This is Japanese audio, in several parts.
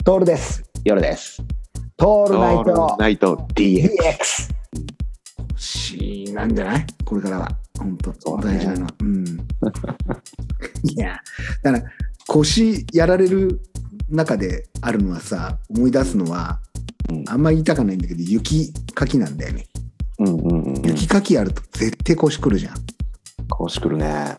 トールです。 夜です。 トールナイオールトナイト DX。 しなんじゃない？これからは本当そうね大事なのは。いやだから腰やられる中であるのはさ、思い出すのは、あんまり言いたかないんだけど、雪かきなんだよね。雪かきやると絶対腰くるじゃん。 腰くるね。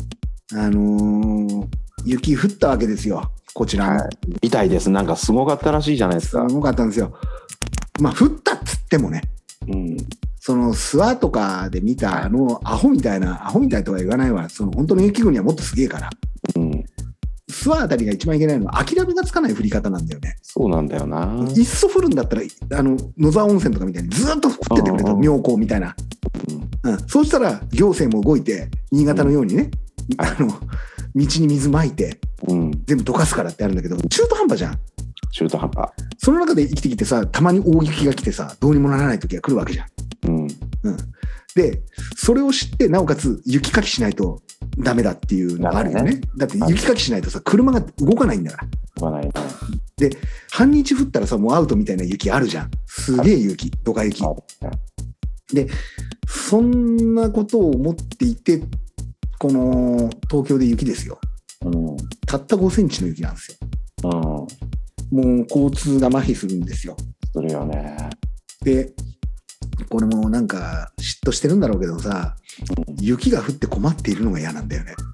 雪降ったわけですよ、こちらも。 みたいです。なんかすごかったらしいじゃないですか。 すごかったんですよ。まあ降ったっつってもね、その諏訪とかで見たアホみたいとは言わないわ。その本当の雪国はもっとすげえから。諏訪あたりが一番いけないのは諦めがつかない降り方なんだよね。 そうなんだよな。 いっそ降るんだったら野沢温泉とかみたいにずっと降っててくれた妙高みたいな。そうしたら行政も動いて新潟のようにね、道に水まいて、全部溶かすからってあるんだけど、中途半端じゃん。 中途半端。 その中で生きてきてさ、たまに大雪が来てさ、どうにもならない時が来るわけじゃん。でそれを知って、なおかつ雪かきしないとダメだっていうのがあるよね。だって雪かきしないとさ、車が動かないんだから。動かないね。で半日降ったらさ、もうアウトみたいな雪あるじゃん。すげえ雪、ドカ雪で、そんなことを思っていて、この東京で雪ですよ。たった5センチの雪なんですよ。もう交通が麻痺するんですよ。 するよね。でこれもなんか嫉妬してるんだろうけどさ、雪が降って困っているのが嫌なんだよね。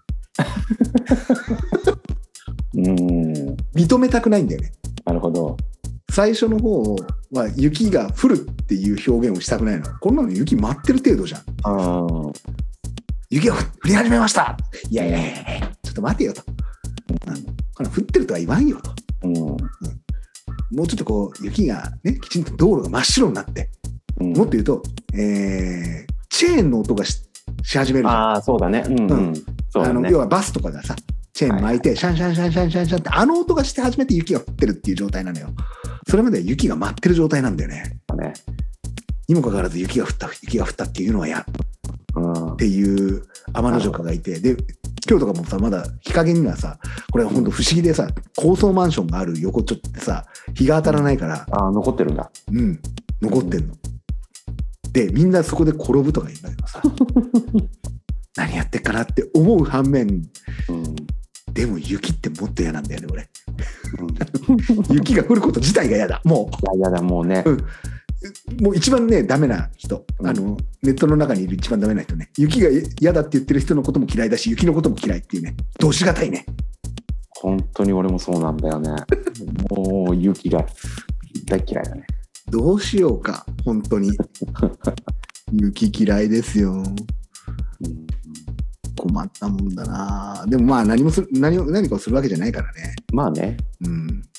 認めたくないんだよね。 なるほど。 最初の方は雪が降るっていう表現をしたくないの。こんなの雪舞ってる程度じゃん。雪が降り始めました。いやちょっと待てよと。降ってるとは言わんよと。もうちょっとこう雪がね、きちんと道路が真っ白になって、もっと言うと、チェーンの音が し始めるじゃん。 そうだね。 要はバスとかがさ、チェーン巻いて、シャンシャンシャンシャンシャンシャンって音がして初めて雪が降ってるっていう状態なのよ。それまでは雪が舞ってる状態なんだよね。にもかかわらず雪が降ったっていうのは嫌っていう天の邪がいて、で今日とかもさ、まだ日陰にはさ、これは本当不思議でさ、高層マンションがある横っちょってさ、日が当たらないから。 残ってるんだ。 残ってんの。でみんなそこで転ぶとか言うんだけどさ何やってっかなって思う反面、でも雪ってもっと嫌なんだよね俺。雪が降ること自体が嫌だ。もう嫌だ。もうね、 もう一番ねダメな人、ネットの中にいる一番ダメな人ね。雪が嫌だって言ってる人のことも嫌いだし、雪のことも嫌いっていうね、どうしがたいね。 本当に俺もそうなんだよね。もう雪が大嫌いだね。 どうしようか本当に。雪嫌いですよ。困ったもんだな。でもまあ何かをするわけじゃないからね。 まあね。